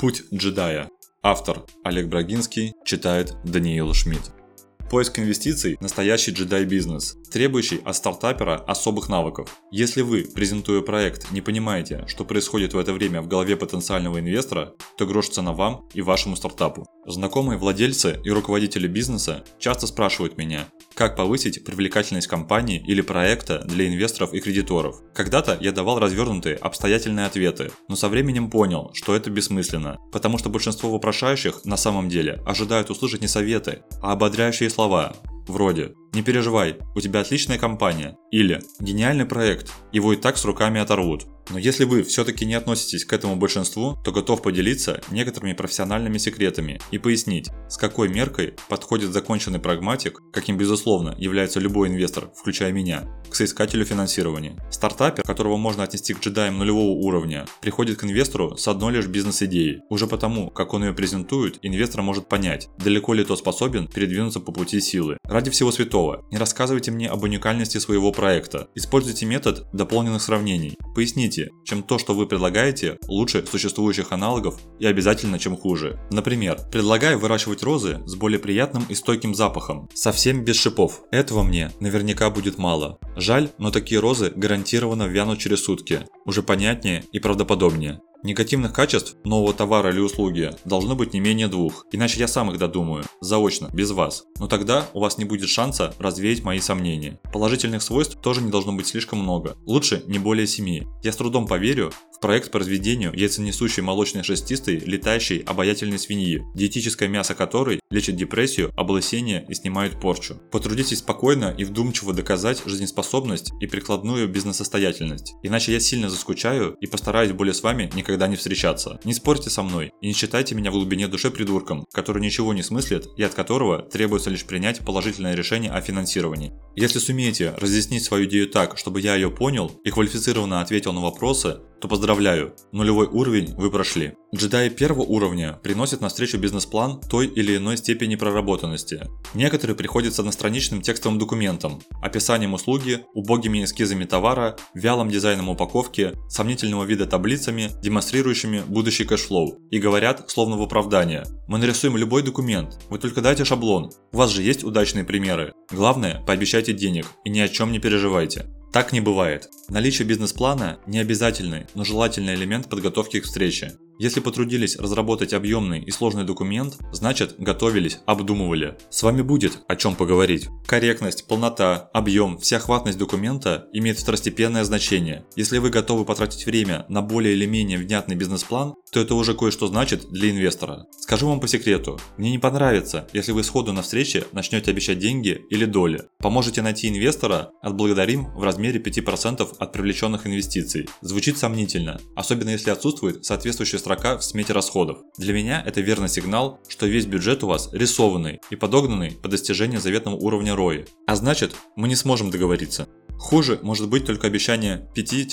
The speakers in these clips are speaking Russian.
Путь джедая. Автор Олег Брагинский, читает Даниил Шмидт. Поиск инвестиций – настоящий джедай-бизнес, требующий от стартапера особых навыков. Если вы, презентуя проект, не понимаете, что происходит в это время в голове потенциального инвестора, то грош цена вам и вашему стартапу. Знакомые владельцы и руководители бизнеса часто спрашивают меня, как повысить привлекательность компании или проекта для инвесторов и кредиторов. Когда-то я давал развернутые, обстоятельные ответы, но со временем понял, что это бессмысленно, потому что большинство вопрошающих на самом деле ожидают услышать не советы, а ободряющие слова, вроде «Не переживай, у тебя отличная компания» или «Гениальный проект, его и так с руками оторвут». Но если вы все-таки не относитесь к этому большинству, то готов поделиться некоторыми профессиональными секретами и пояснить, с какой меркой подходит законченный прагматик, каким безусловно является любой инвестор, включая меня, к соискателю финансирования. Стартапер, которого можно отнести к джедаям нулевого уровня, приходит к инвестору с одной лишь бизнес-идеей. Уже потому, как он ее презентует, инвестор может понять, далеко ли тот способен передвинуться по пути силы. Ради всего святого, не рассказывайте мне об уникальности своего проекта. Используйте метод дополненных сравнений. Поясните, чем то, что вы предлагаете, лучше существующих аналогов и обязательно чем хуже. Например, предлагаю выращивать розы с более приятным и стойким запахом, совсем без шипов. Этого мне наверняка будет мало. Жаль, но такие розы гарантированно вянут через сутки. Уже понятнее и правдоподобнее. Негативных качеств нового товара или услуги должно быть не менее 2, иначе я сам их додумаю, заочно, без вас. Но тогда у вас не будет шанса развеять мои сомнения. Положительных свойств тоже не должно быть слишком много, лучше не более 7. Я с трудом поверю в проект по разведению яйценесущей молочной шерстистой летающей обаятельной свиньи, диетическое мясо которой лечит депрессию, облысение и снимает порчу. Потрудитесь спокойно и вдумчиво доказать жизнеспособность и прикладную бизнес-состоятельность, иначе я сильно заскучаю и постараюсь более с вами никогда не встречаться. Не спорьте со мной и не считайте меня в глубине души придурком, который ничего не смыслит и от которого требуется лишь принять положительное решение о финансировании. Если сумеете разъяснить свою идею так, чтобы я ее понял и квалифицированно ответил на вопросы, то поздравляю, нулевой уровень вы прошли. Джедаи первого уровня приносят навстречу бизнес-план той или иной степени проработанности. Некоторые приходят с одностраничным текстовым документом, описанием услуги, убогими эскизами товара, вялым дизайном упаковки, сомнительного вида таблицами, демонстрирующими будущий кэшфлоу, и говорят, словно в оправдание: мы нарисуем любой документ, вы только дайте шаблон, у вас же есть удачные примеры. Главное, пообещайте денег и ни о чем не переживайте. Так не бывает. Наличие бизнес-плана – не обязательный, но желательный элемент подготовки к встрече. Если потрудились разработать объемный и сложный документ, значит готовились, обдумывали. С вами будет о чем поговорить. Корректность, полнота, объем, всеохватность документа имеют второстепенное значение. Если вы готовы потратить время на более или менее внятный бизнес-план, то это уже кое-что значит для инвестора. Скажу вам по секрету, мне не понравится, если вы сходу на встрече начнете обещать деньги или доли. Поможете найти инвестора, отблагодарим в размере 5% от привлеченных инвестиций. Звучит сомнительно, особенно если отсутствует соответствующая строка в смете расходов. Для меня это верный сигнал, что весь бюджет у вас рисованный и подогнанный по достижению заветного уровня ROI. А значит, мы не сможем договориться. Хуже может быть только обещание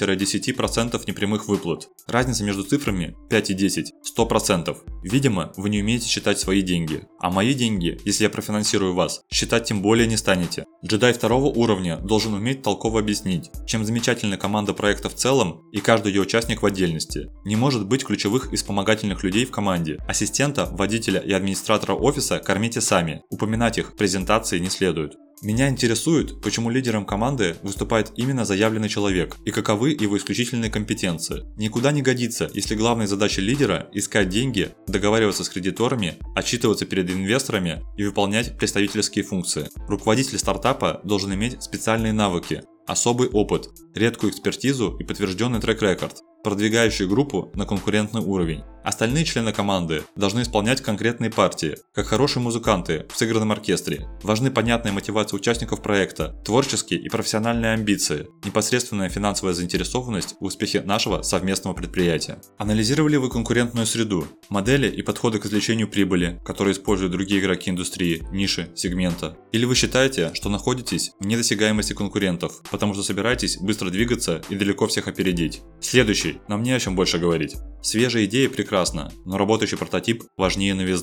5-10% непрямых выплат. Разница между цифрами 5 и 10 – 100%. Видимо, вы не умеете считать свои деньги. А мои деньги, если я профинансирую вас, считать тем более не станете. Джедай второго уровня должен уметь толково объяснить, чем замечательна команда проекта в целом и каждый ее участник в отдельности. Не может быть ключевых и вспомогательных людей в команде. Ассистента, водителя и администратора офиса кормите сами. Упоминать их в презентации не следует. Меня интересует, почему лидером команды выступает именно заявленный человек и каковы его исключительные компетенции. Никуда не годится, если главной задачей лидера – искать деньги, договариваться с кредиторами, отчитываться перед инвесторами и выполнять представительские функции. Руководитель стартапа должен иметь специальные навыки, особый опыт, редкую экспертизу и подтвержденный трек-рекорд, продвигающий группу на конкурентный уровень. Остальные члены команды должны исполнять конкретные партии, как хорошие музыканты в сыгранном оркестре. Важны понятная мотивация участников проекта, творческие и профессиональные амбиции, непосредственная финансовая заинтересованность в успехе нашего совместного предприятия. Анализировали вы конкурентную среду, модели и подходы к извлечению прибыли, которые используют другие игроки индустрии, ниши, сегмента? Или вы считаете, что находитесь в недосягаемости конкурентов, потому что собираетесь быстро двигаться и далеко всех опередить? Следующий, нам не о чем больше говорить. Свежая идея прекрасна, но работающий прототип важнее новизны.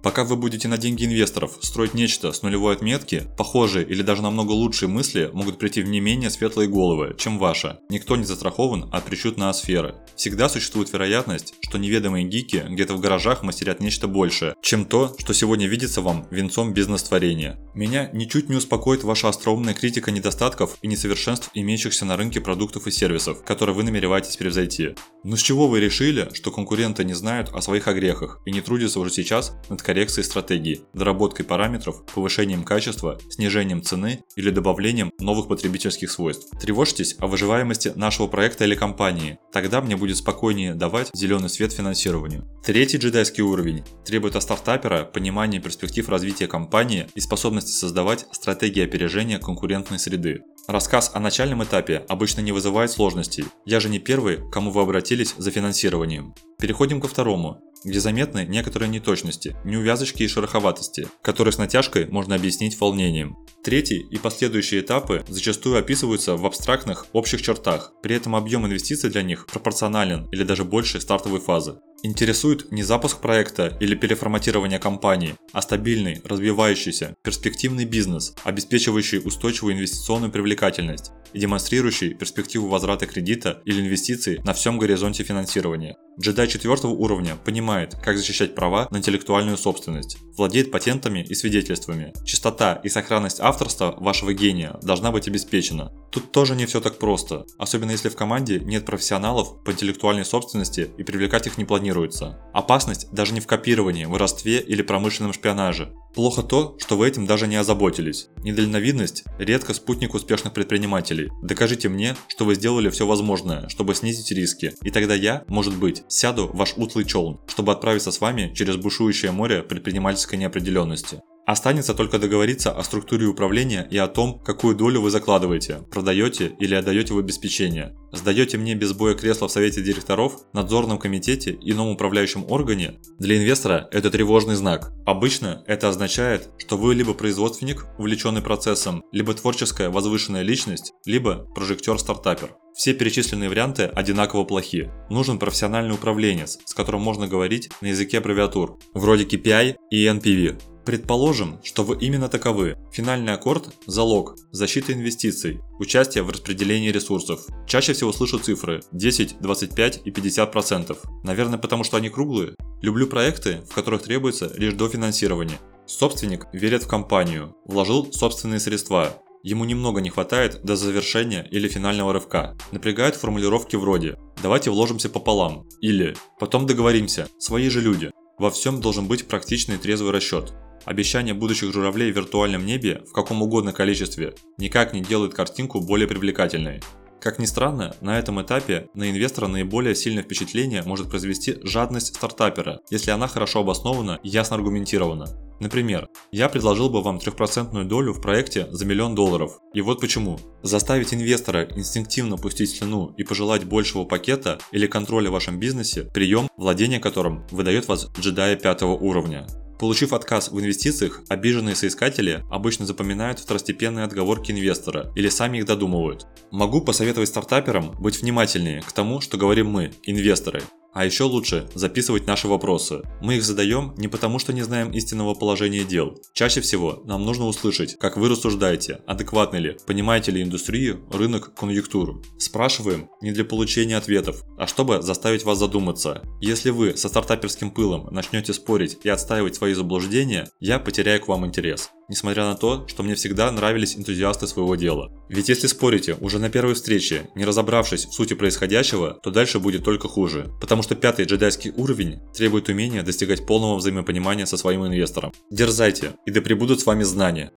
Пока вы будете на деньги инвесторов строить нечто с нулевой отметки, похожие или даже намного лучшие мысли могут прийти в не менее светлые головы, чем ваша. Никто не застрахован от причуд ноосферы. Всегда существует вероятность, что неведомые гики где-то в гаражах мастерят нечто большее, чем то, что сегодня видится вам венцом бизнес-творения. Меня ничуть не успокоит ваша остроумная критика недостатков и несовершенств имеющихся на рынке продуктов и сервисов, которые вы намереваетесь превзойти. Но с чего вы решили, что конкуренты не знают о своих огрехах и не трудятся уже сейчас над коррекцией стратегии, доработкой параметров, повышением качества, снижением цены или добавлением новых потребительских свойств? Тревожьтесь о выживаемости нашего проекта или компании, тогда мне будет спокойнее давать зеленый свет финансированию. Третий джедайский уровень требует от стартапера понимания перспектив развития компании и способности создавать стратегии опережения конкурентной среды. Рассказ о начальном этапе обычно не вызывает сложностей. Я же не первый, к кому вы обратились за финансированием. Переходим ко второму, где заметны некоторые неточности, неувязочки и шероховатости, которые с натяжкой можно объяснить волнением. Третий и последующие этапы зачастую описываются в абстрактных общих чертах, при этом объем инвестиций для них пропорционален или даже больше стартовой фазы. Интересует не запуск проекта или переформатирование компании, а стабильный, развивающийся, перспективный бизнес, обеспечивающий устойчивую инвестиционную привлекательность и демонстрирующий перспективу возврата кредита или инвестиций на всем горизонте финансирования. Джедай 4 уровня понимает, как защищать права на интеллектуальную собственность, владеет патентами и свидетельствами. Чистота и сохранность авторства вашего гения должна быть обеспечена. Тут тоже не все так просто, особенно если в команде нет профессионалов по интеллектуальной собственности и привлекать их не планируется. Опасность даже не в копировании, воровстве или промышленном шпионаже. Плохо то, что вы этим даже не озаботились. Недальновидность – редко спутник успешных предпринимателей. Докажите мне, что вы сделали все возможное, чтобы снизить риски, и тогда я, может быть, сяду в ваш утлый челн, чтобы отправиться с вами через бушующее море предпринимательской неопределенности. Останется только договориться о структуре управления и о том, какую долю вы закладываете, продаете или отдаете в обеспечение. Сдаете мне без боя кресло в совете директоров, надзорном комитете, ином управляющем органе? Для инвестора это тревожный знак. Обычно это означает, что вы либо производственник, увлеченный процессом, либо творческая возвышенная личность, либо прожектор-стартапер. Все перечисленные варианты одинаково плохи. Нужен профессиональный управленец, с которым можно говорить на языке аббревиатур, вроде KPI и NPV. Предположим, что вы именно таковы. Финальный аккорд – залог, защита инвестиций, участие в распределении ресурсов. Чаще всего слышу цифры 10, 25 и 50%. Наверное, потому что они круглые. Люблю проекты, в которых требуется лишь дофинансирование. Собственник верит в компанию, вложил собственные средства. Ему немного не хватает до завершения или финального рывка. Напрягают формулировки вроде «давайте вложимся пополам» или «потом договоримся, свои же люди». Во всем должен быть практичный и трезвый расчет. Обещание будущих журавлей в виртуальном небе в каком угодно количестве никак не делает картинку более привлекательной. Как ни странно, на этом этапе на инвестора наиболее сильное впечатление может произвести жадность стартапера, если она хорошо обоснована и ясно аргументирована. Например, я предложил бы вам 3% долю в проекте за $1 000 000. И вот почему. Заставить инвестора инстинктивно пустить слюну и пожелать большего пакета или контроля в вашем бизнесе – прием, владение которым выдает вас джедая 5 уровня. Получив отказ в инвестициях, обиженные соискатели обычно запоминают второстепенные отговорки инвестора или сами их додумывают. Могу посоветовать стартаперам быть внимательнее к тому, что говорим мы, инвесторы. А еще лучше записывать наши вопросы. Мы их задаем не потому, что не знаем истинного положения дел. Чаще всего нам нужно услышать, как вы рассуждаете, адекватны ли, понимаете ли индустрию, рынок, конъюнктуру. Спрашиваем не для получения ответов, а чтобы заставить вас задуматься. Если вы со стартаперским пылом начнете спорить и отстаивать свои заблуждения, я потеряю к вам интерес. Несмотря на то, что мне всегда нравились энтузиасты своего дела. Ведь если спорите уже на первой встрече, не разобравшись в сути происходящего, то дальше будет только хуже. Потому что 5-й джедайский уровень требует умения достигать полного взаимопонимания со своим инвестором. Дерзайте, и да пребудут с вами знания.